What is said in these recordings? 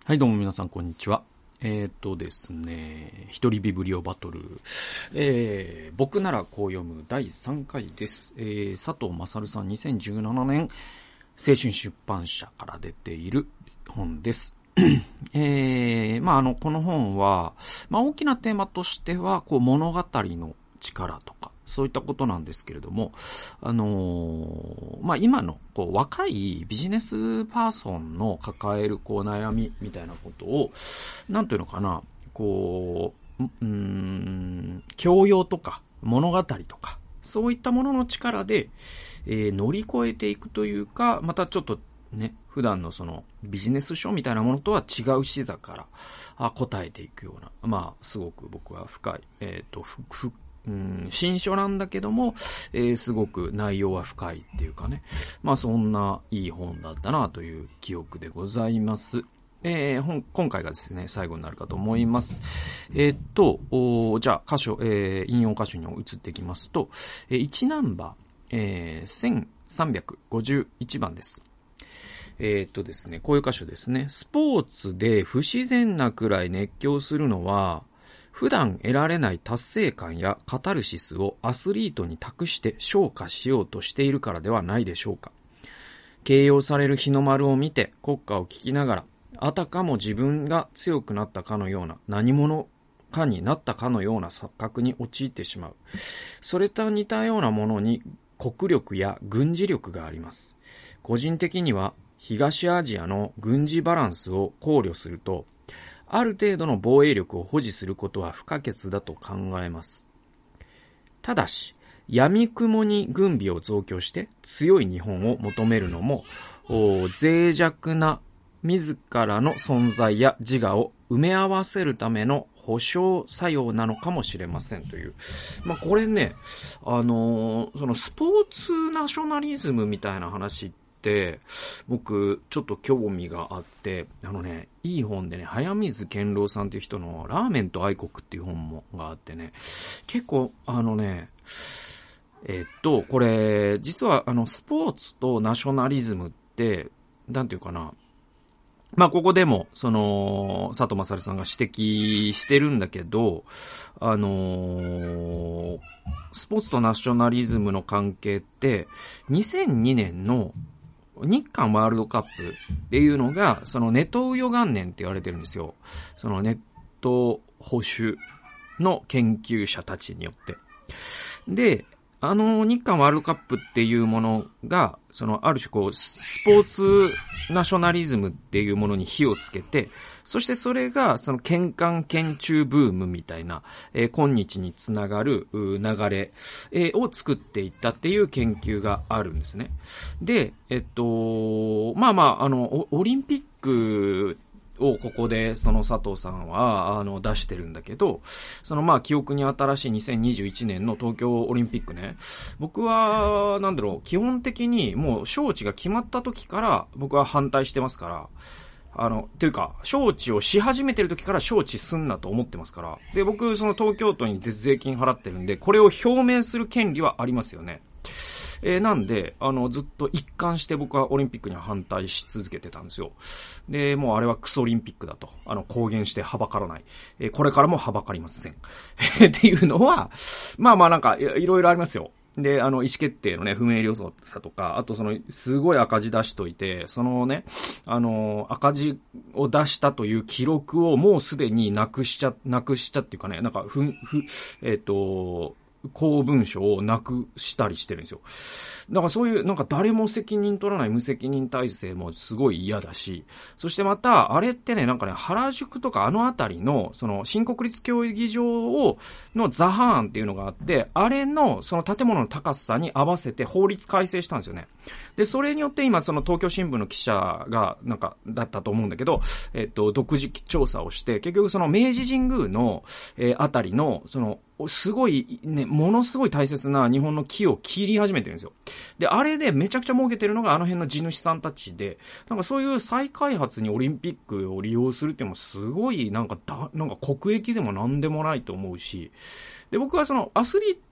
はい、どうも皆さん、こんにちは。ですね、一人ビブリオバトル。僕ならこう読む第3回です。佐藤勝さん2017年、青春出版社から出ている本です。この本は、大きなテーマとしては、物語の力とか、そういったことなんですけれども、今の、若いビジネスパーソンの抱える、悩みみたいなことを、なんというのかな、教養とか、物語とか、そういったものの力で、乗り越えていくというか、またちょっとね、普段のそのビジネス書みたいなものとは違う視座から答えていくような、すごく僕は深い、新書なんだけども、すごく内容は深いっていうかね。そんないい本だったなという記憶でございます。今回がですね、最後になるかと思います。じゃあ、引用箇所に移っていきますと、1ナンバー、1351番です。ですね、こういう箇所ですね。スポーツで不自然なくらい熱狂するのは、普段得られない達成感やカタルシスをアスリートに託して昇華しようとしているからではないでしょうか。形容される日の丸を見て国歌を聴きながら、あたかも自分が強くなったかのような、何者かになったかのような錯覚に陥ってしまう。それと似たようなものに国力や軍事力があります。個人的には東アジアの軍事バランスを考慮すると、ある程度の防衛力を保持することは不可欠だと考えます。ただし、闇雲に軍備を増強して強い日本を求めるのも、脆弱な自らの存在や自我を埋め合わせるための保証作用なのかもしれませんという。これね、そのスポーツナショナリズムみたいな話って僕ちょっと興味があって、いい本でね、早水健郎さんっていう人のラーメンと愛国っていう本があってね、結構これ実はスポーツとナショナリズムってなんていうかな、ここでも、佐藤勝さんが指摘してるんだけど、スポーツとナショナリズムの関係って、2002年の日韓ワールドカップっていうのが、ネトウヨ元年って言われてるんですよ。そのネット保守の研究者たちによって。で、日韓ワールドカップっていうものが、ある種スポーツナショナリズムっていうものに火をつけて、そしてそれが、県間県中ブームみたいな、今日につながる流れ、を作っていったっていう研究があるんですね。で、オリンピックをここで佐藤さんは出してるんだけど、記憶に新しい2021年の東京オリンピックね、僕は基本的にもう招致が決まった時から僕は反対してますから、というか招致をし始めてる時から招致すんなと思ってますから、で僕東京都に税金払ってるんで、これを表明する権利はありますよね。なんで、ずっと一貫して僕はオリンピックには反対し続けてたんですよ。で、もうあれはクソオリンピックだと。公言してはばからない。これからもはばかりません。っていうのは、いろいろありますよ。で、意思決定のね、不明瞭さとか、あとすごい赤字出しといて、赤字を出したという記録をもうすでになくしちゃっていうかね、公文書をなくしたりしてるんですよ。だからそういう誰も責任取らない無責任体制もすごい嫌だし、そしてまたあれってね、原宿とかあたりの新国立競技場のザハーンっていうのがあって、あれの建物の高さに合わせて法律改正したんですよね。で、それによって今東京新聞の記者がだったと思うんだけど、独自調査をして、結局明治神宮のあたりのすごいね、ものすごい大切な日本の木を切り始めてるんですよ。で、あれでめちゃくちゃ儲けてるのがあの辺の地主さんたちで、そういう再開発にオリンピックを利用するっていうのもすごい国益でもなんでもないと思うし、で、僕はアスリー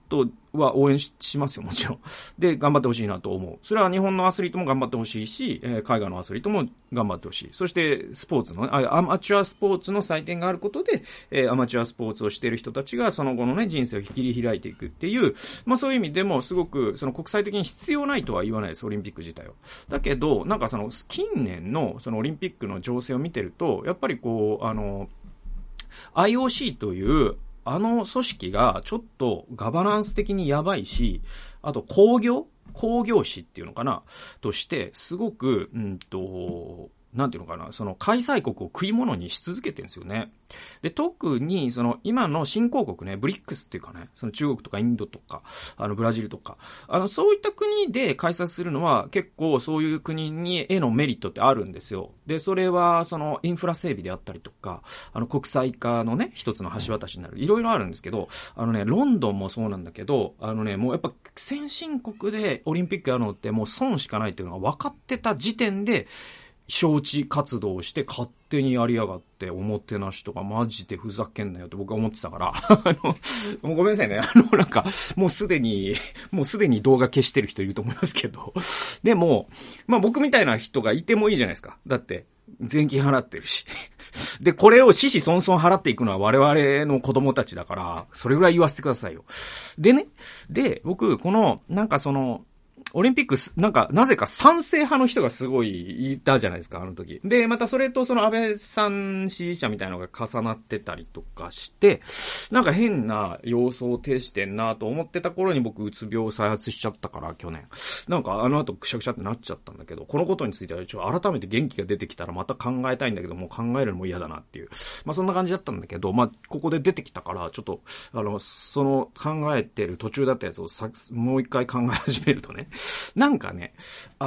トは応援しますよ、もちろん。で、頑張ってほしいなと思う。それは日本のアスリートも頑張ってほしいし、海外のアスリートも頑張ってほしい。そして、スポーツの、アマチュアスポーツの祭典があることで、アマチュアスポーツをしている人たちがその後のね、人生を切り開いていくっていう、まあそういう意味でもすごく、その国際的に必要ないとは言わないです、オリンピック自体は。だけど、なんかその、近年のそのオリンピックの情勢を見てると、やっぱりこう、IOC という、組織がちょっとガバナンス的にやばいし、あと工業誌っていうのかなとして、すごく、なんていうのかな、その開催国を食い物にし続けてるんですよね。で、特に、その今の新興国ね、ブリックスっていうかね、その中国とかインドとか、ブラジルとか、そういった国で開催するのは結構そういう国へのメリットってあるんですよ。で、それは、そのインフラ整備であったりとか、国際化のね、一つの橋渡しになる。いろいろあるんですけど、ロンドンもそうなんだけど、もうやっぱ先進国でオリンピックやるのってもう損しかないっていうのが分かってた時点で、招致活動をして勝手にやりやがっておもてなしとかマジでふざけんなよって僕は思ってたからもうごめんなさいね。なんか、もうすでに動画消してる人いると思いますけど。でも、まあ僕みたいな人がいてもいいじゃないですか。だって、税金払ってるし。で、これを子々孫々払っていくのは我々の子供たちだから、それぐらい言わせてくださいよ。でね、僕、なんかオリンピック、なぜか賛成派の人がすごいいたじゃないですか、あの時。で、またそれと安倍さん支持者みたいなのが重なってたりとかして、なんか変な様相を呈してんなと思ってた頃に僕、うつ病を再発しちゃったから、去年。なんか後くしゃくしゃってなっちゃったんだけど、このことについては改めて元気が出てきたらまた考えたいんだけど、もう考えるのも嫌だなっていう。まあそんな感じだったんだけど、まあここで出てきたから、ちょっと、その考えてる途中だったやつをもう一回考え始めるとね、なんかね、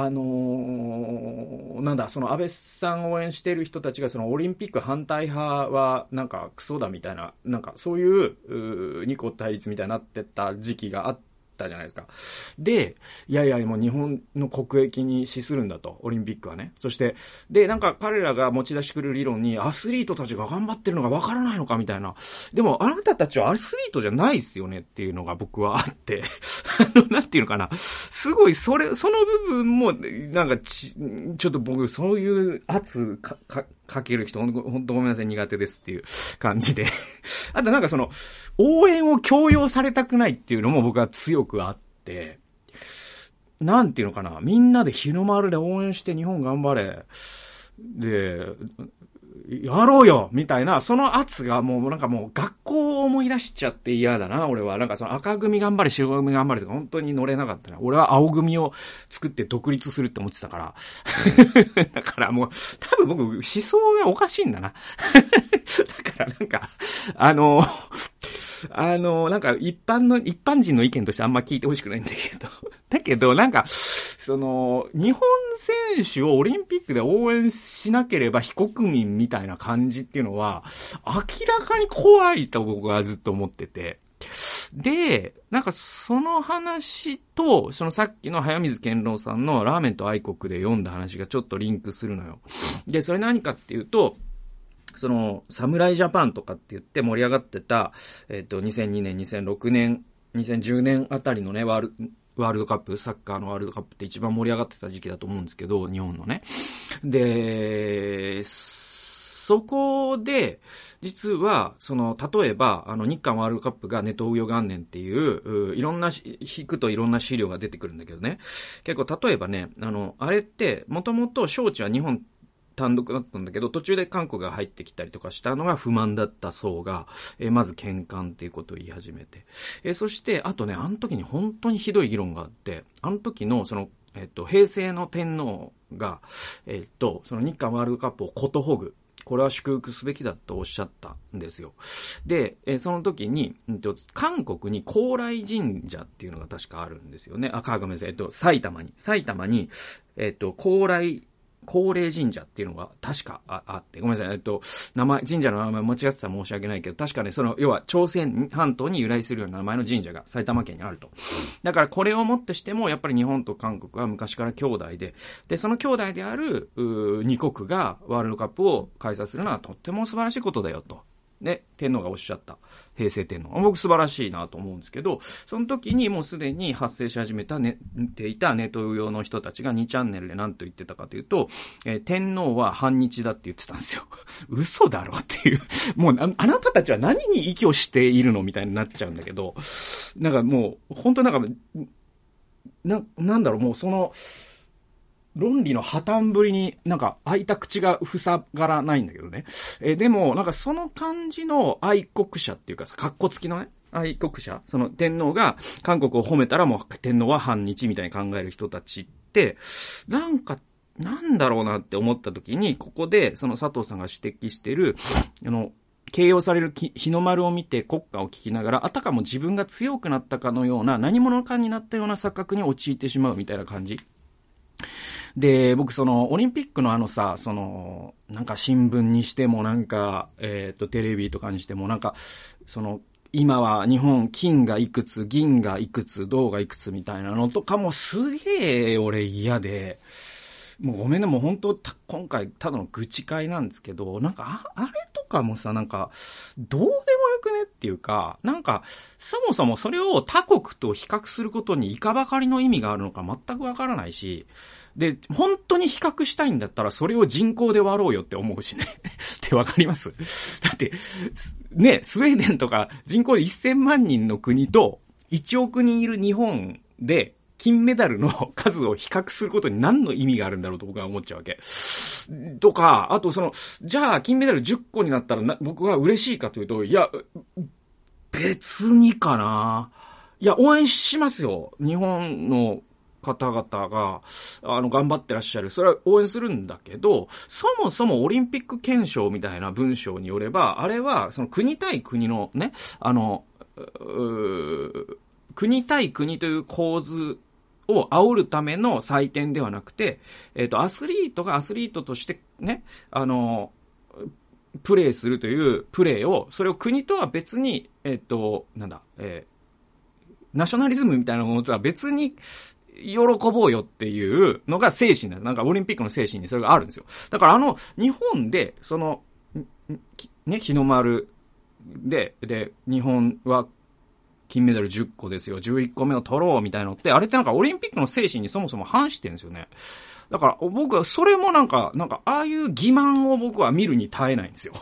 なんだ、その安倍さんを応援している人たちがそのオリンピック反対派はなんかクソだみたいな、なんかそういう二項対立みたいになってた時期があったじゃないですか。で、いやいや、もう日本の国益に資するんだと、オリンピックはね。そして、で、なんか彼らが持ち出してくる理論に、アスリートたちが頑張ってるのがわからないのかみたいな。でも、あなたたちはアスリートじゃないっすよねっていうのが僕はあって、なんていうのかな。すごい、その部分も、なんかちょっと僕、そういう圧かける人、ほんとごめんなさい、苦手ですっていう感じで。あとなんか応援を強要されたくないっていうのも僕は強くあって、なんていうのかな、みんなで日の丸で応援して日本頑張れ。で、やろうよみたいな、その圧がもうなんかもう学校を思い出しちゃって嫌だな、俺は。なんか赤組頑張れ、白組頑張れとか本当に乗れなかったな。俺は青組を作って独立するって思ってたから。だからもう、多分僕思想がおかしいんだな。だからなんか、なんか一般人の意見としてあんま聞いてほしくないんだけど。だけど、なんか、日本選手をオリンピックで応援しなければ非国民みたいな感じっていうのは、明らかに怖いと僕はずっと思ってて。で、なんかその話と、さっきの早水健郎さんのラーメンと愛国で読んだ話がちょっとリンクするのよ。で、それ何かっていうと、侍ジャパンとかって言って盛り上がってた、2002年、2006年、2010年あたりのね、ワールドカップ、サッカーのワールドカップって一番盛り上がってた時期だと思うんですけど、日本のね。で、そこで、実は、例えば、日韓ワールドカップがネトウヨ元年っていう、引くといろんな資料が出てくるんだけどね。結構、例えばね、あれって、もともと招致は日本単独だったんだけど、途中で韓国が入ってきたりとかしたのが不満だった層が、まず喧嘩っていうことを言い始めて。そして、あとね、あの時に本当にひどい議論があって、あの時の平成の天皇が、日韓ワールドカップをことほぐ。これは祝福すべきだとおっしゃったんですよ。で、その時に、韓国に高麗神社っていうのが確かあるんですよね。ごめんなさい。埼玉に、高麗神社っていうのが確かあって、ごめんなさい。神社の名前間違ってたら申し訳ないけど、確かね、要は朝鮮半島に由来するような名前の神社が埼玉県にあると。だからこれをもってしても、やっぱり日本と韓国は昔から兄弟で、その兄弟である、二国がワールドカップを開催するのはとっても素晴らしいことだよと。 ね、天皇がおっしゃった。平成天皇。僕素晴らしいなと思うんですけど、その時にもうすでに発生し始めたていたネット用の人たちが2チャンネルで何と言ってたかというと、天皇は反日だって言ってたんですよ。嘘だろっていう。もうあなたたちは何に依拠しているのみたいになっちゃうんだけど、なんかもう、本当なんか、なんだろう、もうその、論理の破綻ぶりになんか開いた口が塞がらないんだけどね。でもなんかその感じの愛国者っていうかさ、格好付きのね、愛国者、その天皇が韓国を褒めたらもう天皇は反日みたいに考える人たちって、なんか、なんだろうなって思った時に、ここでその佐藤さんが指摘してる、形容される日の丸を見て国歌を聞きながら、あたかも自分が強くなったかのような、何者かになったような錯覚に陥ってしまうみたいな感じ。で、僕オリンピックのなんか新聞にしてもなんか、テレビとかにしてもなんか、今は日本金がいくつ、銀がいくつ、銅がいくつみたいなのとかもすげえ俺嫌で、もうごめんね、もう本当今回ただの愚痴会なんですけど、なんかあれとかもさ、なんかどうでもよくねっていうか、なんかそもそもそれを他国と比較することにいかばかりの意味があるのか全くわからないし、で本当に比較したいんだったらそれを人口で割ろうよって思うしねってわかります？だってね、スウェーデンとか人口1000万人の国と1億人いる日本で金メダルの数を比較することに何の意味があるんだろうと僕は思っちゃうわけ。とか、あとじゃあ金メダル10個になったら僕は嬉しいかというと、いや、別にかな。いや、応援しますよ。日本の方々が、頑張ってらっしゃる。それは応援するんだけど、そもそもオリンピック憲章みたいな文章によれば、あれは、国対国のね、国対国という構図を煽るための祭典ではなくて、アスリートがアスリートとしてね、プレーするというプレーを、それを国とは別に、ナショナリズムみたいなものとは別に、喜ぼうよっていうのが精神なんです。なんかオリンピックの精神にそれがあるんですよ。だから日本で、日の丸で、日本は金メダル10個ですよ。11個目を取ろうみたいなのって、あれってなんかオリンピックの精神にそもそも反してるんですよね。だから僕はそれもなんかああいう欺瞞を僕は見るに耐えないんですよ。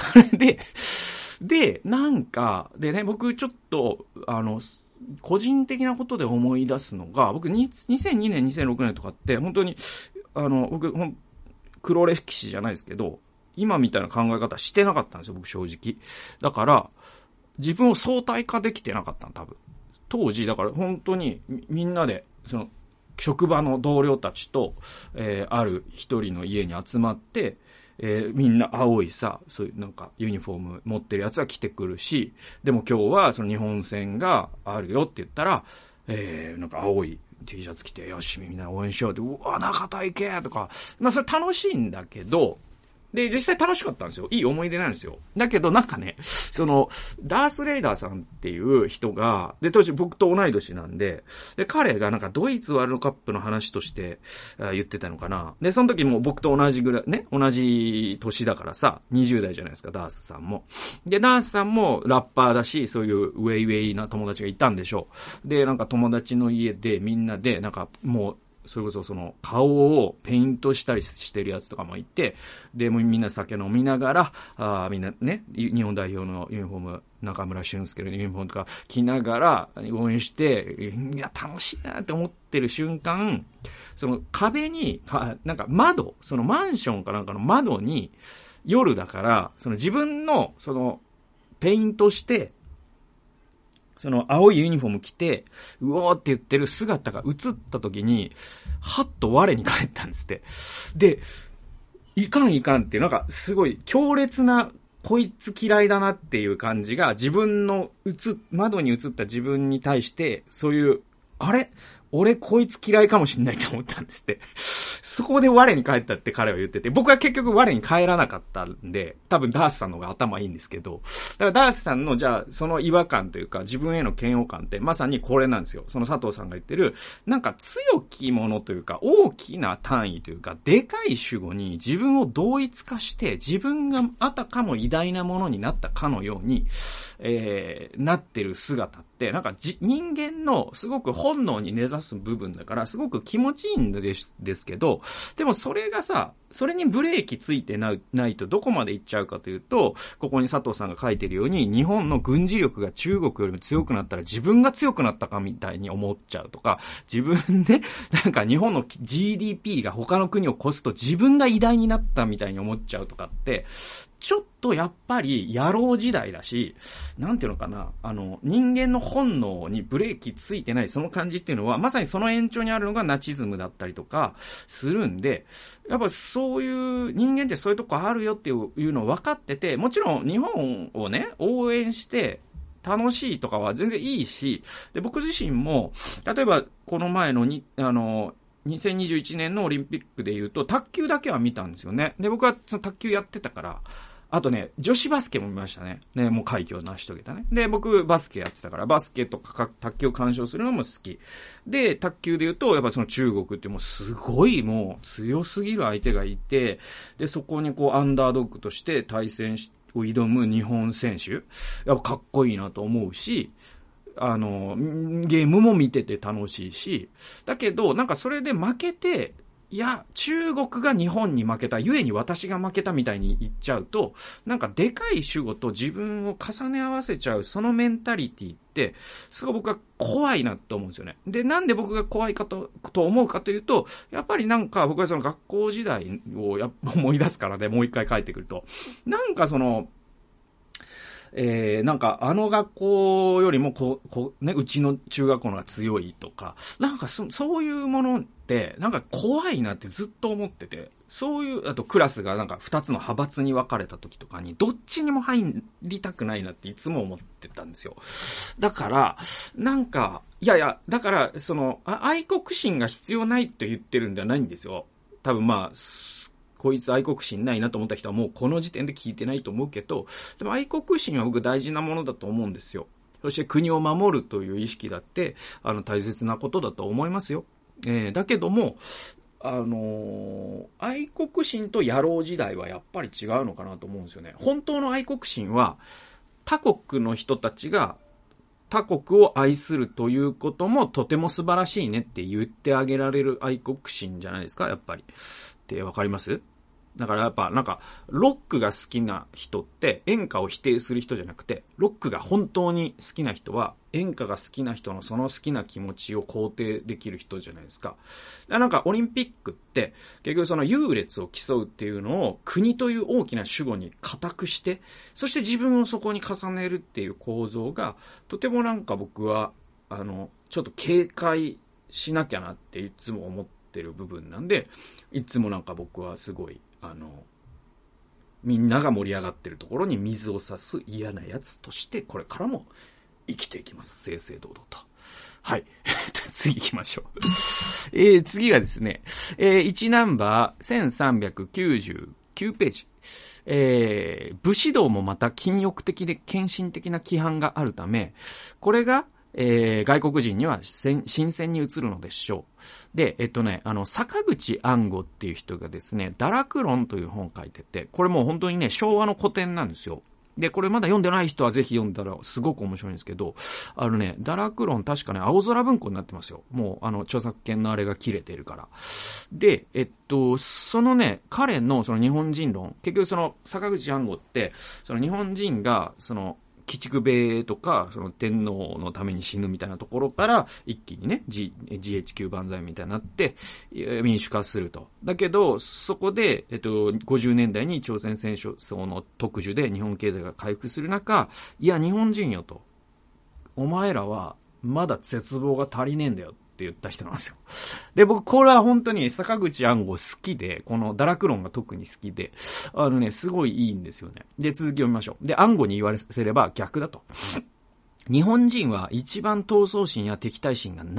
で、なんか、でね、僕ちょっと、個人的なことで思い出すのが、僕2002年、2006年とかって、本当に、僕、黒歴史じゃないですけど、今みたいな考え方してなかったんですよ、僕正直。だから、自分を相対化できてなかったの、多分。当時、だから本当にみんなで、職場の同僚たちと、ある一人の家に集まって、みんな青いさ、そういうなんかユニフォーム持ってるやつが来てくるし、でも今日は日本戦があるよって言ったら、なんか青い T シャツ着て、よし、みんな応援しようって、うわ、中田行けとか、まあそれ楽しいんだけど、で、実際楽しかったんですよ。いい思い出なんですよ。だけどなんかね、ダース・レイダーさんっていう人が、で、当時僕と同い年なんで、で、彼がなんかドイツワールドカップの話として言ってたのかな。で、その時も僕と同じぐらい、ね、同じ年だからさ、20代じゃないですか、ダースさんも。で、ダースさんもラッパーだし、そういうウェイウェイな友達がいたんでしょう。で、なんか友達の家でみんなで、なんかもう、それこそ顔をペイントしたりしてるやつとかもいて、で、みんな酒飲みながら、みんなね、日本代表のユニフォーム、中村俊輔のユニフォームとか着ながら応援して、いや、楽しいなって思ってる瞬間、壁に、なんか窓、マンションかなんかの窓に、夜だから、自分の、ペイントして、青いユニフォーム着て、うおーって言ってる姿が映った時に、はっと我に返ったんですって。で、いかんっていう、なんかすごい強烈な、こいつ嫌いだなっていう感じが、自分の窓に映った自分に対して、そういう、あれ俺こいつ嫌いかもしんないと思ったんですって。 そこで我に返ったって彼は言ってて、僕は結局我に返らなかったんで、多分ダースさんの方が頭いいんですけど、だからダースさんのじゃあその違和感というか自分への嫌悪感ってまさにこれなんですよ。その佐藤さんが言ってる、なんか強きものというか大きな単位というかでかい主語に自分を同一化して自分があたかも偉大なものになったかのように、なってる姿って、なんか人間のすごく本能に根ざす部分だからすごく気持ちいいんですけど、でもそれがさ、それにブレーキついてないとどこまで行っちゃうかというと、ここに佐藤さんが書いてるように、日本の軍事力が中国よりも強くなったら自分が強くなったかみたいに思っちゃうとか、自分で、なんか日本の GDP が他の国を越すと自分が偉大になったみたいに思っちゃうとかって、ちょっとやっぱり野郎時代だし、なんていうのかな、人間の本能にブレーキついてないその感じっていうのは、まさにその延長にあるのがナチズムだったりとかするんで、やっぱそういう人間ってそういうとこあるよっていうのを分かってて、もちろん日本をね、応援して楽しいとかは全然いいし、で、僕自身も、例えばこの前の2021年のオリンピックで言うと、卓球だけは見たんですよね。で、僕はその卓球やってたから、あとね、女子バスケも見ましたね。ね、もう快挙を成し遂げたね。で、僕バスケやってたから、バスケとか卓球を鑑賞するのも好き。で、卓球で言うと、やっぱその中国ってもうすごいもう強すぎる相手がいて、で、そこにこうアンダードッグとして対戦を挑む日本選手、やっぱかっこいいなと思うし、ゲームも見てて楽しいし、だけど、なんかそれで負けて、いや、中国が日本に負けた、ゆえに私が負けたみたいに言っちゃうと、なんかでかい主語と自分を重ね合わせちゃう、そのメンタリティって、すごい僕は怖いなと思うんですよね。で、なんで僕が怖いかと思うかというと、やっぱりなんか僕はその学校時代を思い出すからね、もう一回帰ってくると。なんかその、なんか学校よりもね、うちの中学校のが強いとか、なんかそういうものって、なんか怖いなってずっと思ってて、そういう、あとクラスがなんか二つの派閥に分かれた時とかに、どっちにも入りたくないなっていつも思ってたんですよ。だから、なんか、だから、愛国心が必要ないと言ってるんではないんですよ。多分まあ、こいつ愛国心ないなと思った人はもうこの時点で聞いてないと思うけど、でも愛国心は僕大事なものだと思うんですよ。そして国を守るという意識だって、大切なことだと思いますよ。だけども、愛国心と野郎時代はやっぱり違うのかなと思うんですよね。本当の愛国心は、他国の人たちが他国を愛するということもとても素晴らしいねって言ってあげられる愛国心じゃないですか、やっぱり。ってわかります？だからやっぱなんか、ロックが好きな人って演歌を否定する人じゃなくて、ロックが本当に好きな人は演歌が好きな人のその好きな気持ちを肯定できる人じゃないですか。なんかオリンピックって結局その優劣を競うっていうのを国という大きな主語に固くして、そして自分をそこに重ねるっていう構造がとてもなんか僕はちょっと警戒しなきゃなっていつも思ってる部分なんで、いつもなんか僕はすごいみんなが盛り上がってるところに水を差す嫌なやつとしてこれからも生きていきます。正々堂々と。はい。次行きましょう。次がですね、1ナンバー1399ページ。武士道もまた禁欲的で献身的な規範があるため、これが外国人には新鮮に映るのでしょう。で、坂口安吾っていう人がですね、堕落論という本を書いてて、これもう本当にね、昭和の古典なんですよ。で、これまだ読んでない人はぜひ読んだらすごく面白いんですけど、堕落論確かね、青空文庫になってますよ。もう、著作権のあれが切れてるから。で、そのね、彼のその日本人論、結局その坂口安吾って、その日本人が、鬼畜米とか、その天皇のために死ぬみたいなところから、一気にね、GHQ 万歳みたいになって、民主化すると。だけど、そこで、50年代に朝鮮戦争の特需で日本経済が回復する中、いや、日本人よと。お前らは、まだ絶望が足りねえんだよって言った人なんですよ。で、僕、これは本当に坂口安吾好きで、この堕落論が特に好きで、すごいいいんですよね。で、続き読みましょう。で、安吾に言わせれば逆だと。日本人は一番闘争心や敵対心がない。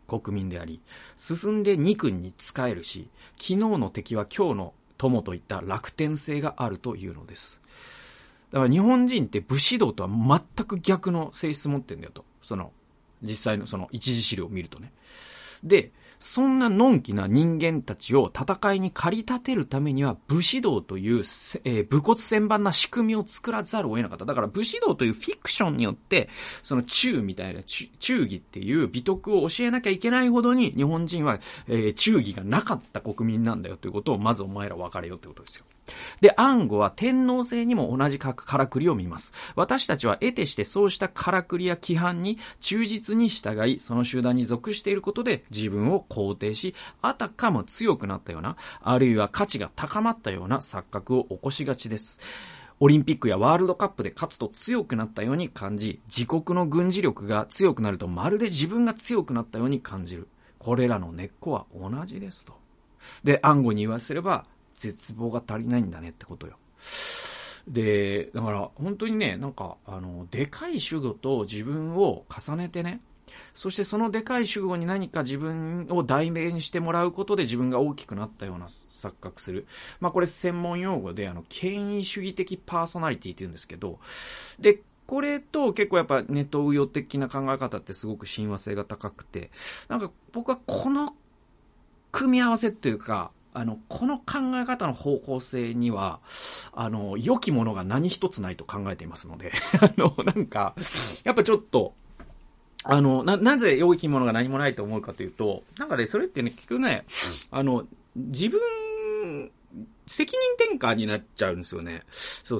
国民であり、進んで二君に仕えるし、昨日の敵は今日の友といった楽天性があるというのです。だから日本人って武士道とは全く逆の性質持ってんだよと。実際の一次資料を見るとね。で、そんなのんきな人間たちを戦いに駆り立てるためには武士道という、武骨千万な仕組みを作らざるを得なかった。だから武士道というフィクションによって、忠みたいな、忠義っていう美徳を教えなきゃいけないほどに日本人は、忠義がなかった国民なんだよということをまずお前ら分かれよってことですよ。で、暗号は天皇制にも同じからくりを見ます。私たちは得てしてそうしたからくりや規範に忠実に従い、その集団に属していることで自分を肯定し、あたかも強くなったような、あるいは価値が高まったような錯覚を起こしがちです。オリンピックやワールドカップで勝つと強くなったように感じ、自国の軍事力が強くなるとまるで自分が強くなったように感じる。これらの根っこは同じですと。で、暗号に言わせれば、絶望が足りないんだねってことよ。で、だから本当にね、でかい主語と自分を重ねてね、そしてそのでかい主語に何か自分を代弁してもらうことで自分が大きくなったような錯覚する。これ専門用語で権威主義的パーソナリティって言うんですけど、で、これと結構やっぱネトウヨ的な考え方ってすごく親和性が高くて、僕はこの組み合わせっていうか、この考え方の方向性には、良きものが何一つないと考えていますので、やっぱちょっと、なぜ良きものが何もないと思うかというと、それってね、結局ね、自分、責任転嫁になっちゃうんですよね。そう。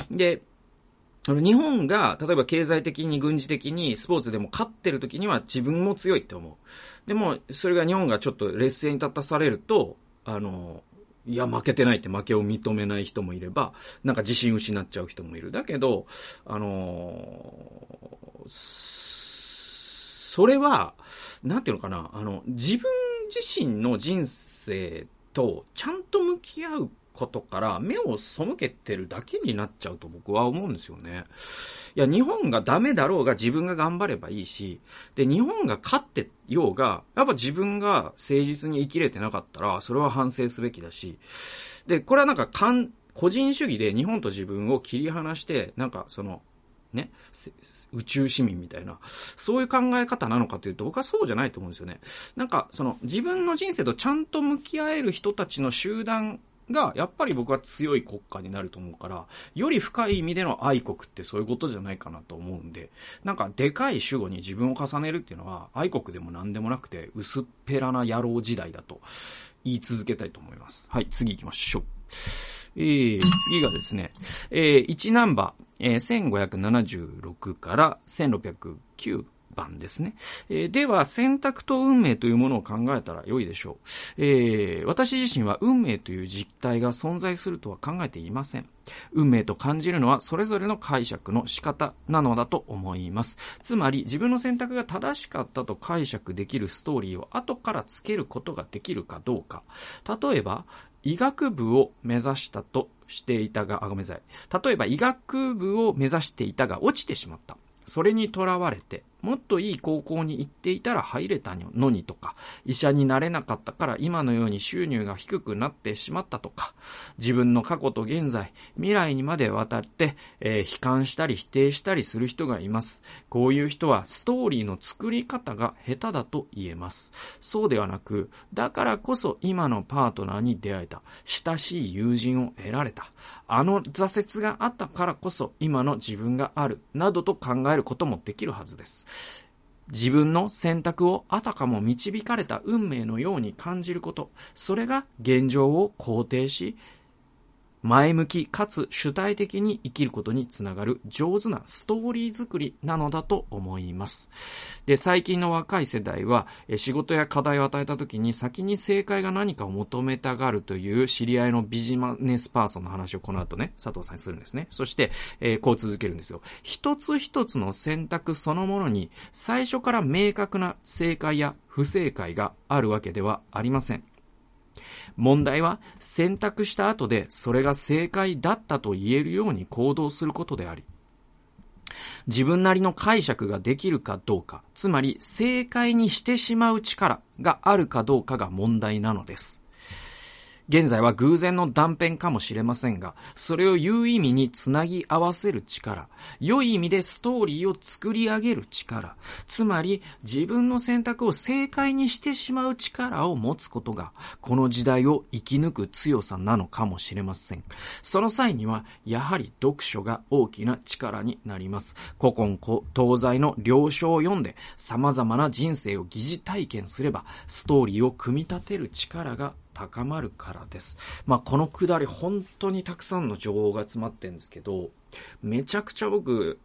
で、日本が、例えば経済的に軍事的にスポーツでも勝ってる時には自分も強いって思う。でも、それが日本がちょっと劣勢に立たされると、いや、負けてないって負けを認めない人もいれば、自信失っちゃう人もいる。だけど、それは、なんていうのかな、自分自身の人生とちゃんと向き合うことから目を背けてるだけになっちゃうと僕は思うんですよね。いや、日本がダメだろうが自分が頑張ればいいし、で、日本が勝ってようが、やっぱ自分が誠実に生きれてなかったら、それは反省すべきだし、で、これは個人主義で日本と自分を切り離して、宇宙市民みたいな、そういう考え方なのかというと、僕はそうじゃないと思うんですよね。自分の人生とちゃんと向き合える人たちの集団が、やっぱり僕は強い国家になると思うから、より深い意味での愛国ってそういうことじゃないかなと思うんで、でかい主語に自分を重ねるっていうのは、愛国でも何でもなくて、薄っぺらな野郎時代だと言い続けたいと思います。はい、次行きましょう。次がですね、1ナンバー、1576から1609番ですね。では、選択と運命というものを考えたら良いでしょう。私自身は運命という実態が存在するとは考えていません。運命と感じるのはそれぞれの解釈の仕方なのだと思います。つまり、自分の選択が正しかったと解釈できるストーリーを後からつけることができるかどうか。例えば、医学部を目指したとしていたが、例えば医学部を目指していたが落ちてしまった。それにとらわれて、もっといい高校に行っていたら入れたのにとか、医者になれなかったから今のように収入が低くなってしまったとか、自分の過去と現在、未来にまでわたって、悲観したり否定したりする人がいます。こういう人はストーリーの作り方が下手だと言えます。そうではなく、だからこそ今のパートナーに出会えた。親しい友人を得られた。あの挫折があったからこそ今の自分がある。などと考えることもできるはずです。自分の選択をあたかも導かれた運命のように感じること、それが現状を肯定し、前向きかつ主体的に生きることにつながる上手なストーリー作りなのだと思います。で、最近の若い世代は仕事や課題を与えた時に先に正解が何かを求めたがるという知り合いのビジネスパーソンの話をこの後ね、佐藤さんにするんですね。そして、こう続けるんですよ。一つ一つの選択そのものに最初から明確な正解や不正解があるわけではありません。問題は選択した後でそれが正解だったと言えるように行動することであり、 自分なりの解釈ができるかどうか、つまり正解にしてしまう力があるかどうかが問題なのです。現在は偶然の断片かもしれませんが、それを有意味につなぎ合わせる力、良い意味でストーリーを作り上げる力、つまり自分の選択を正解にしてしまう力を持つことが、この時代を生き抜く強さなのかもしれません。その際には、やはり読書が大きな力になります。古今東西の良書を読んで、様々な人生を疑似体験すれば、ストーリーを組み立てる力が高まるからです。このくだり本当にたくさんの情報が詰まってるんですけど、めちゃくちゃ僕、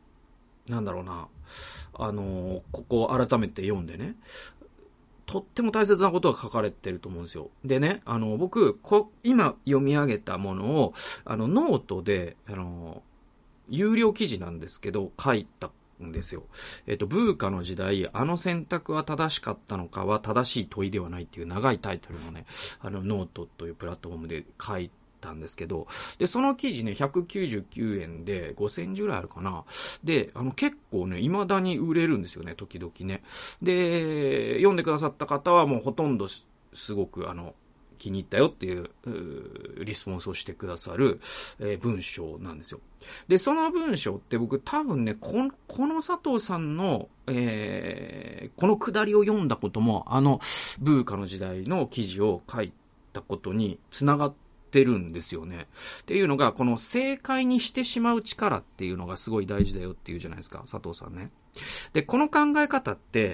ここを改めて読んでね、とっても大切なことが書かれてると思うんですよ。でね、僕、今読み上げたものを、ノートで、有料記事なんですけど、書いたんですよ。ブーカの時代、あの選択は正しかったのかは正しい問いではないっていう長いタイトルのね、ノートというプラットフォームで書いたんですけど、で、その記事ね、199円で5000字ぐらいあるかな。で、結構ね、未だに売れるんですよね、時々ね。で、読んでくださった方はもうほとんどすごく気に入ったよっていうリスポンスをしてくださる、文章なんですよ。で、その文章って僕多分ね、この佐藤さんの、このくだりを読んだことも、ブーカの時代の記事を書いたことに繋がってるんですよね。っていうのが、この正解にしてしまう力っていうのがすごい大事だよっていうじゃないですか、佐藤さんね。で、この考え方って、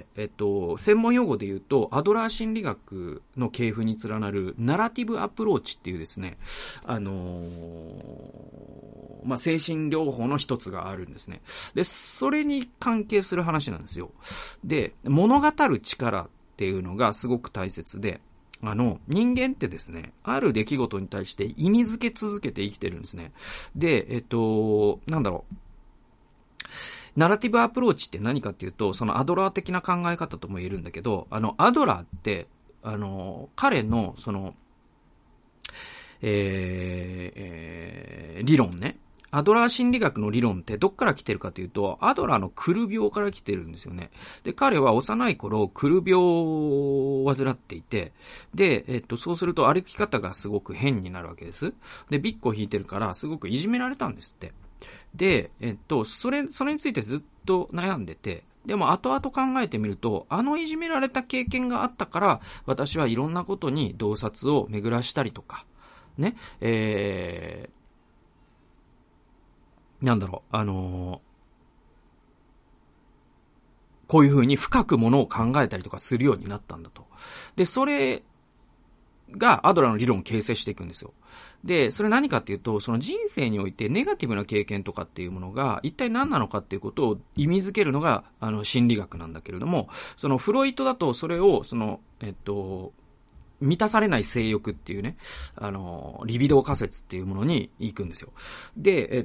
専門用語で言うと、アドラー心理学の系譜に連なるナラティブアプローチっていうですね、精神療法の一つがあるんですね。で、それに関係する話なんですよ。で、物語る力っていうのがすごく大切で、人間ってですね、ある出来事に対して意味付け続けて生きてるんですね。で、ナラティブアプローチって何かっていうと、そのアドラー的な考え方とも言えるんだけど、アドラーって、彼の、理論ね。アドラー心理学の理論ってどっから来てるかというと、アドラーのクル病から来てるんですよね。で、彼は幼い頃、クル病を患っていて、で、そうすると歩き方がすごく変になるわけです。で、ビッコを引いてるから、すごくいじめられたんですって。で、それについてずっと悩んでて、でも後々考えてみると、いじめられた経験があったから、私はいろんなことに洞察を巡らしたりとか、ね、こういう風に深くものを考えたりとかするようになったんだと。で、それがアドラーの理論を形成していくんですよ。で、それ何かっていうと、その人生においてネガティブな経験とかっていうものが一体何なのかっていうことを意味づけるのが、心理学なんだけれども、そのフロイトだとそれを、満たされない性欲っていうね、リビドー仮説っていうものに行くんですよ。で、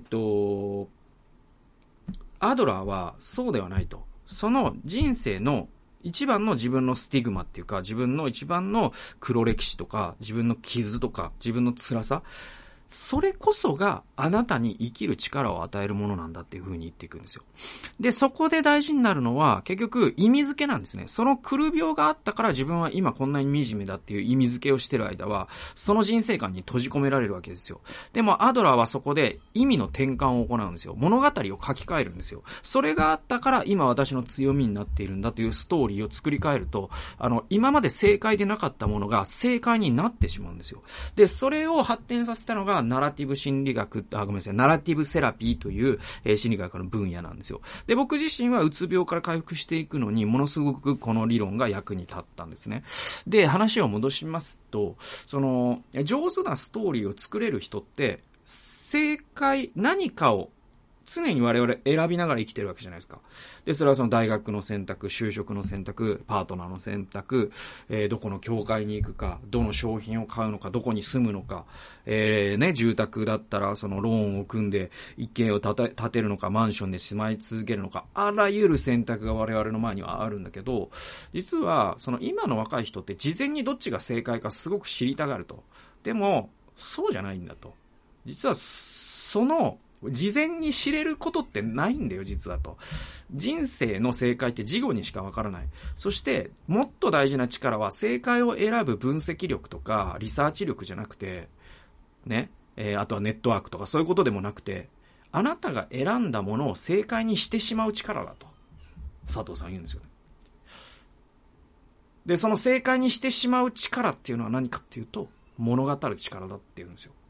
アドラーはそうではないと。その人生の一番の自分のスティグマっていうか、自分の一番の黒歴史とか、自分の傷とか、自分の辛さ、それこそがあなたに生きる力を与えるものなんだっていう風に言っていくんですよ。で、そこで大事になるのは結局意味付けなんですね。そのクル病があったから自分は今こんなに惨めだっていう意味付けをしてる間は、その人生観に閉じ込められるわけですよ。でもアドラーはそこで意味の転換を行うんですよ。物語を書き換えるんですよ。それがあったから今私の強みになっているんだというストーリーを作り変えると、今まで正解でなかったものが正解になってしまうんですよ。で、それを発展させたのがナラティブ心理学、ナラティブセラピーという、心理学の分野なんですよ。で、僕自身はうつ病から回復していくのに、ものすごくこの理論が役に立ったんですね。で、話を戻しますと、上手なストーリーを作れる人って、正解、何かを常に我々選びながら生きてるわけじゃないですか。で、それはその大学の選択、就職の選択、パートナーの選択、どこの教会に行くか、どの商品を買うのか、どこに住むのか、住宅だったらそのローンを組んで一軒を建てるのか、マンションで住まい続けるのか、あらゆる選択が我々の前にはあるんだけど、実はその今の若い人って事前にどっちが正解かすごく知りたがると。でも、そうじゃないんだと。実はその事前に知れることってないんだよ、実はと。人生の正解って事後にしかわからない。そして、もっと大事な力は正解を選ぶ分析力とか、リサーチ力じゃなくて、ね、あとはネットワークとかそういうことでもなくて、あなたが選んだものを正解にしてしまう力だと、佐藤さん言うんですよね。で、その正解にしてしまう力っていうのは何かっていうと、物語る力だって言うんですよ。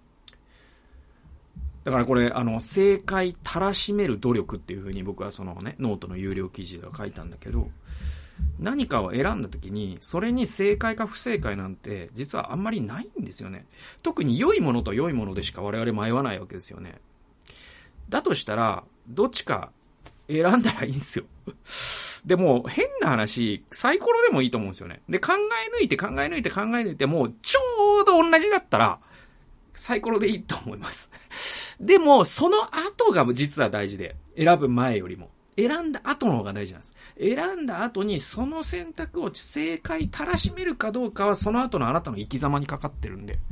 だからこれ、正解たらしめる努力っていうふうに僕はそのね、ノートの有料記事では書いたんだけど、何かを選んだ時に、それに正解か不正解なんて、実はあんまりないんですよね。特に良いものと良いものでしか我々迷わないわけですよね。だとしたら、どっちか選んだらいいんですよ。でも、変な話、サイコロでもいいと思うんですよね。で、考え抜いて、もう、ちょうど同じだったら、サイコロでいいと思います。でも、その後が実は大事で、選ぶ前よりも。選んだ後の方が大事なんです。選んだ後に、その選択を正解たらしめるかどうかは、その後のあなたの生き様にかかってるんで。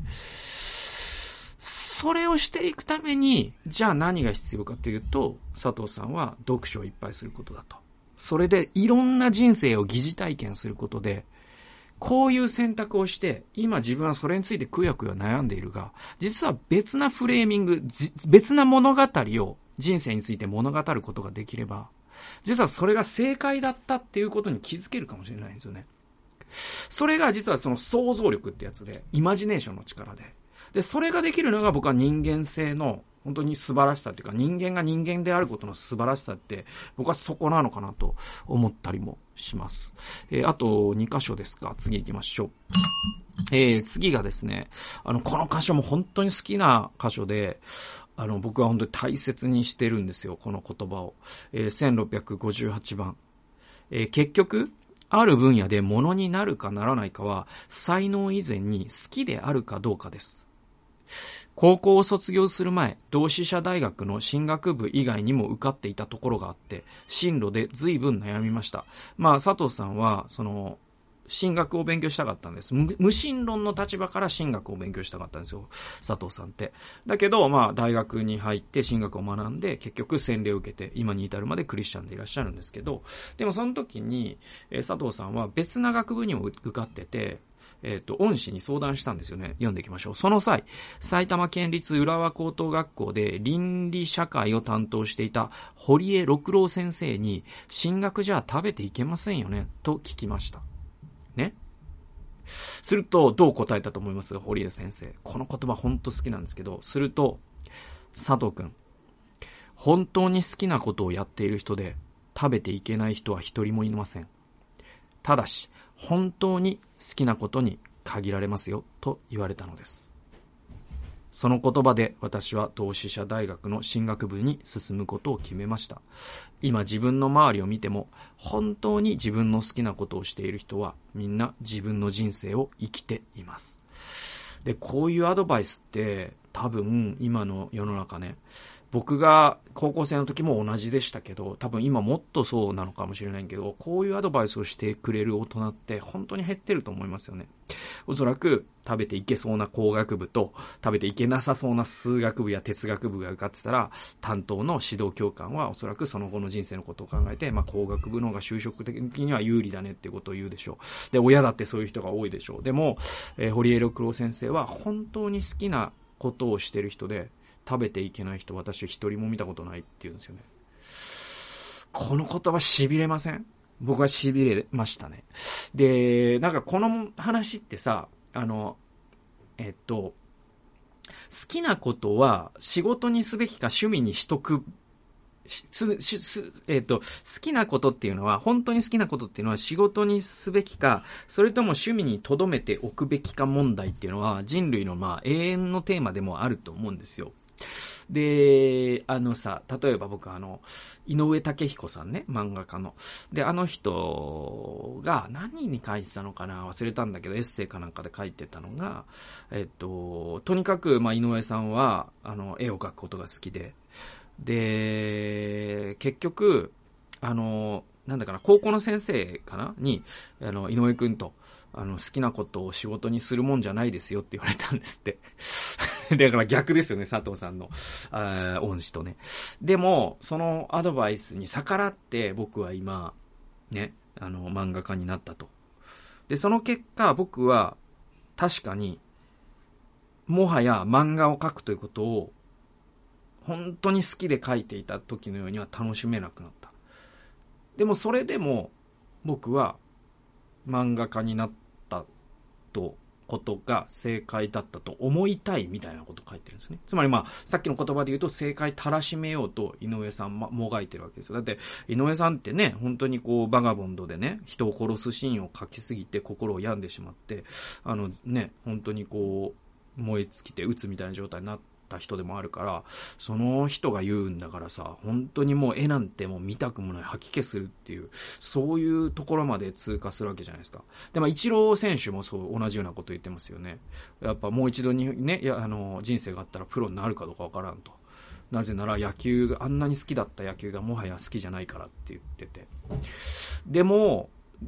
それをしていくために、じゃあ何が必要かというと、佐藤さんは読書をいっぱいすることだと。それでいろんな人生を疑似体験することで、こういう選択をして、今自分はそれについてくやくや悩んでいるが、実は別なフレーミング、別な物語を人生について物語ることができれば、実はそれが正解だったっていうことに気づけるかもしれないんですよね。それが実はその想像力ってやつで、イマジネーションの力で。で、それができるのが僕は人間性の本当に素晴らしさっていうか、人間が人間であることの素晴らしさって、僕はそこなのかなと思ったりもします。あと2箇所ですか。次行きましょう。次がですね、この箇所も本当に好きな箇所で、僕は本当に大切にしてるんですよ、この言葉を。1658番。結局、ある分野で物になるかならないかは、才能以前に好きであるかどうかです。高校を卒業する前、同志社大学の進学部以外にも受かっていたところがあって、進路で随分悩みました。佐藤さんは、進学を勉強したかったんです。無神論の立場から進学を勉強したかったんですよ、佐藤さんって。だけど、大学に入って進学を学んで、結局洗礼を受けて、今に至るまでクリスチャンでいらっしゃるんですけど、でもその時に、佐藤さんは別な学部にも受かってて、恩師に相談したんですよね。読んでいきましょう。その際、埼玉県立浦和高等学校で倫理社会を担当していた堀江六郎先生に、進学じゃ食べていけませんよね、と聞きました。ね。すると、どう答えたと思います堀江先生。この言葉ほんと好きなんですけど、すると、佐藤くん、本当に好きなことをやっている人で、食べていけない人は一人もいません。ただし、本当に好きなことに限られますよ、と言われたのです。その言葉で私は同志社大学の進学部に進むことを決めました。今自分の周りを見ても、本当に自分の好きなことをしている人はみんな自分の人生を生きています。で、こういうアドバイスって多分今の世の中ね、僕が高校生の時も同じでしたけど、多分今もっとそうなのかもしれないけど、こういうアドバイスをしてくれる大人って本当に減ってると思いますよね。おそらく食べていけそうな工学部と食べていけなさそうな数学部や哲学部が受かってたら、担当の指導教官はおそらくその後の人生のことを考えて、工学部の方が就職的には有利だねっていうことを言うでしょう。で、親だってそういう人が多いでしょう。でも、堀江六郎先生は本当に好きなことをしてる人で、食べていけない人、私一人も見たことないって言うんですよね。この言葉痺れません？僕は痺れましたね。で、この話ってさ、好きなことは仕事にすべきか趣味にしとく、好きなことっていうのは、本当に好きなことっていうのは仕事にすべきか、それとも趣味に留めておくべきか問題っていうのは人類の永遠のテーマでもあると思うんですよ。で、例えば僕井上武彦さんね、漫画家の。で、人が何に書いてたのかな忘れたんだけど、エッセイかなんかで書いてたのが、とにかく、井上さんは、絵を描くことが好きで、で、結局、高校の先生かなに、井上くんと、 好きなことを仕事にするもんじゃないですよって言われたんですって。だから逆ですよね、佐藤さんの、恩師とね。でも、そのアドバイスに逆らって僕は今、ね、漫画家になったと。で、その結果僕は確かに、もはや漫画を描くということを、本当に好きで描いていた時のようには楽しめなくなった。でもそれでも、僕は漫画家になったことが正解だったと思いたいみたいなことを書いてるんですね。つまりさっきの言葉で言うと正解たらしめようと井上さんもがいてるわけですよ。だって井上さんってね、本当にバガボンドでね、人を殺すシーンを書きすぎて心を病んでしまって、本当に燃え尽きて撃つみたいな状態になった人でもあるから、その人が言うんだからさ、本当にもう絵なんてもう見たくもない吐き気するっていう、そういうところまで通過するわけじゃないですか。で、イチロー選手もそう同じようなこと言ってますよね。やっぱもう一度にね、人生があったらプロになるかどうかわからんと。なぜなら野球が、あんなに好きだった野球がもはや好きじゃないからって言ってて。でも、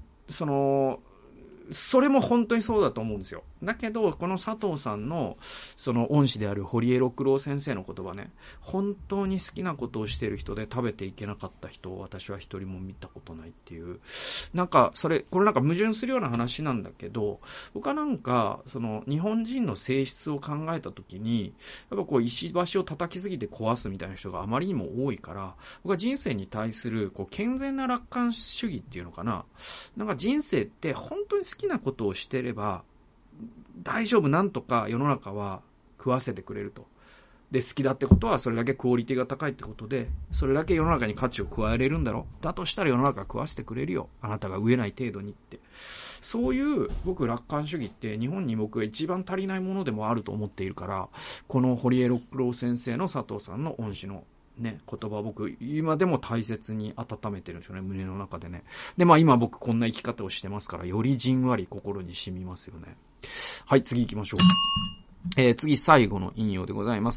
それも本当にそうだと思うんですよ。だけど、この佐藤さんの、その恩師である堀江六郎先生の言葉ね、本当に好きなことをしている人で食べていけなかった人を私は一人も見たことないっていう、これ矛盾するような話なんだけど、僕は日本人の性質を考えたときに、やっぱ石橋を叩きすぎて壊すみたいな人があまりにも多いから、僕は人生に対する、健全な楽観主義っていうのかな。人生って本当に好きなことをしてれば、大丈夫、なんとか世の中は食わせてくれると。で、好きだってことはそれだけクオリティが高いってことで、それだけ世の中に価値を加えれるんだろう。だとしたら世の中は食わせてくれるよ。あなたが飢えない程度にって。そういう僕楽観主義って日本に僕が一番足りないものでもあると思っているから、この堀江六郎先生の佐藤さんの恩師のね、言葉を僕、今でも大切に温めてるんですよね、胸の中でね。で、今僕こんな生き方をしてますから、よりじんわり心に染みますよね。はい、次行きましょう。次最後の引用でございます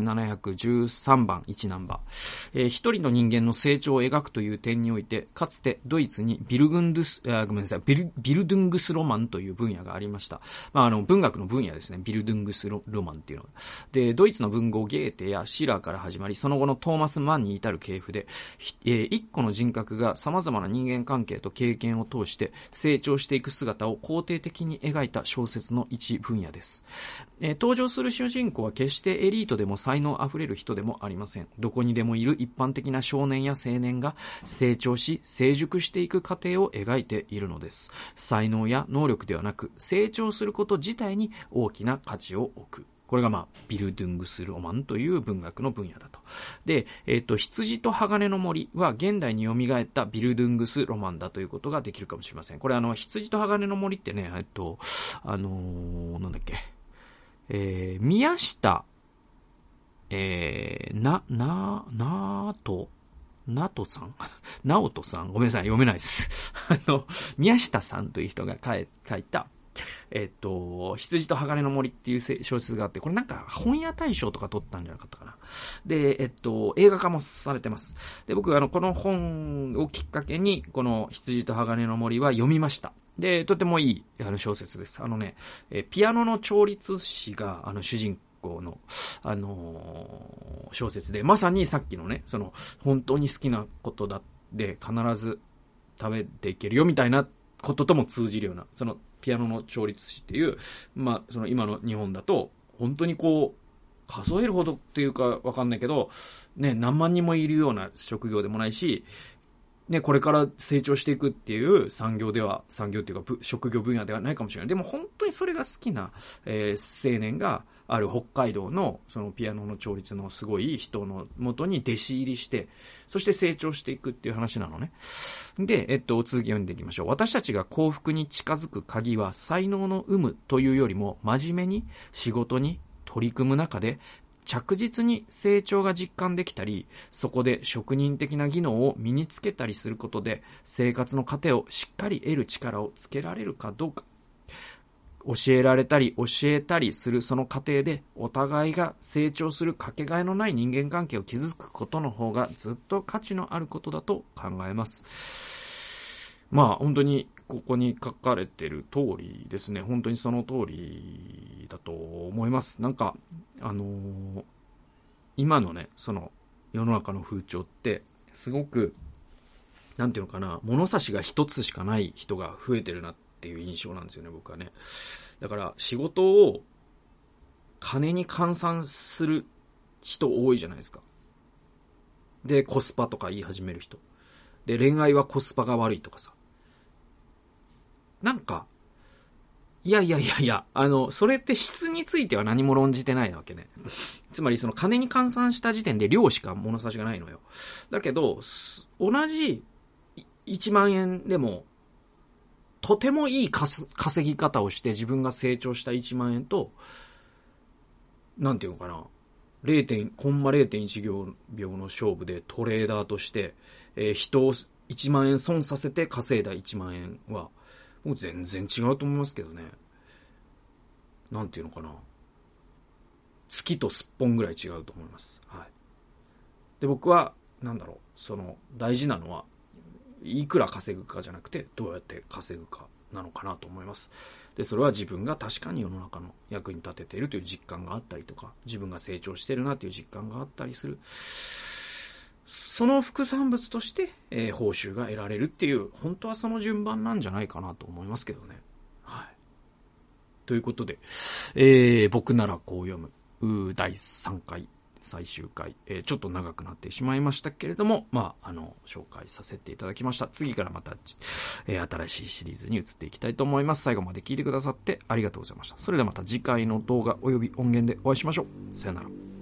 。1713番1ナンバー。一人の人間の成長を描くという点において、かつてドイツにビルドゥングスロマンという分野がありました。文学の分野ですね。ビルドゥングスロマンっていうのが。で、ドイツの文豪ゲーテやシラーから始まり、その後のトーマス・マンに至る系譜で、一個の人格が様々な人間関係と経験を通して成長していく姿を肯定的に描いた小説の一分野です。登場する主人公は決してエリートでも才能あふれる人でもありません。どこにでもいる一般的な少年や青年が成長し成熟していく過程を描いているのです。才能や能力ではなく成長すること自体に大きな価値を置く。これがビルドゥングスロマンという文学の分野だと。で、羊と鋼の森は現代に蘇ったビルドゥングスロマンだということができるかもしれません。これ羊と鋼の森ってね、なんだっけ。宮下、なとさんなおとさんごめんなさい、読めないです。宮下さんという人が書いた、羊と鋼の森っていう小説があって、これ本屋大賞とか取ったんじゃなかったかな。で、映画化もされてます。で、僕この本をきっかけに、この羊と鋼の森は読みました。で、とてもいい小説です。ピアノの調律師が主人公の小説で、まさにさっきのね、本当に好きなことだで必ず食べていけるよみたいなこととも通じるような、ピアノの調律師っていう、今の日本だと本当に数えるほどっていうかわかんないけどね、何万人もいるような職業でもないし。ね、これから成長していくっていう産業っていうか職業分野ではないかもしれない。でも本当にそれが好きな、青年がある北海道のそのピアノの調律のすごい人の元に弟子入りして、そして成長していくっていう話なのね。で、続き読んでいきましょう。私たちが幸福に近づく鍵は才能の有無というよりも真面目に仕事に取り組む中で着実に成長が実感できたり、そこで職人的な技能を身につけたりすることで、生活の糧をしっかり得る力をつけられるかどうか。教えられたり教えたりするその過程で、お互いが成長するかけがえのない人間関係を築くことの方がずっと価値のあることだと考えます。本当にここに書かれてる通りですね。本当にその通りだと思います。なんか、今のね、その世の中の風潮って、すごく、なんていうのかな、物差しが一つしかない人が増えてるなっていう印象なんですよね、僕はね。だから仕事を金に換算する人多いじゃないですか。で、コスパとか言い始める人。で、恋愛はコスパが悪いとかさ。なんか、いや、それって質については何も論じてないわけね。つまりその金に換算した時点で量しか物差しがないのよ。だけど、同じ1万円でも、とてもいい稼ぎ方をして自分が成長した1万円と、なんていうのかな、コンマ 0.1 秒の勝負でトレーダーとして、人を1万円損させて稼いだ1万円は、もう全然違うと思いますけどね。なんていうのかな。月とすっぽんぐらい違うと思います。はい。で、僕は、大事なのは、いくら稼ぐかじゃなくて、どうやって稼ぐかなのかなと思います。で、それは自分が確かに世の中の役に立てているという実感があったりとか、自分が成長しているなという実感があったりする。その副産物として、報酬が得られるっていう、本当はその順番なんじゃないかなと思いますけどね。はい。ということで、僕ならこう読む、第3回、最終回、ちょっと長くなってしまいましたけれども、紹介させていただきました。次からまた、新しいシリーズに移っていきたいと思います。最後まで聞いてくださってありがとうございました。それではまた次回の動画及び音源でお会いしましょう。さよなら。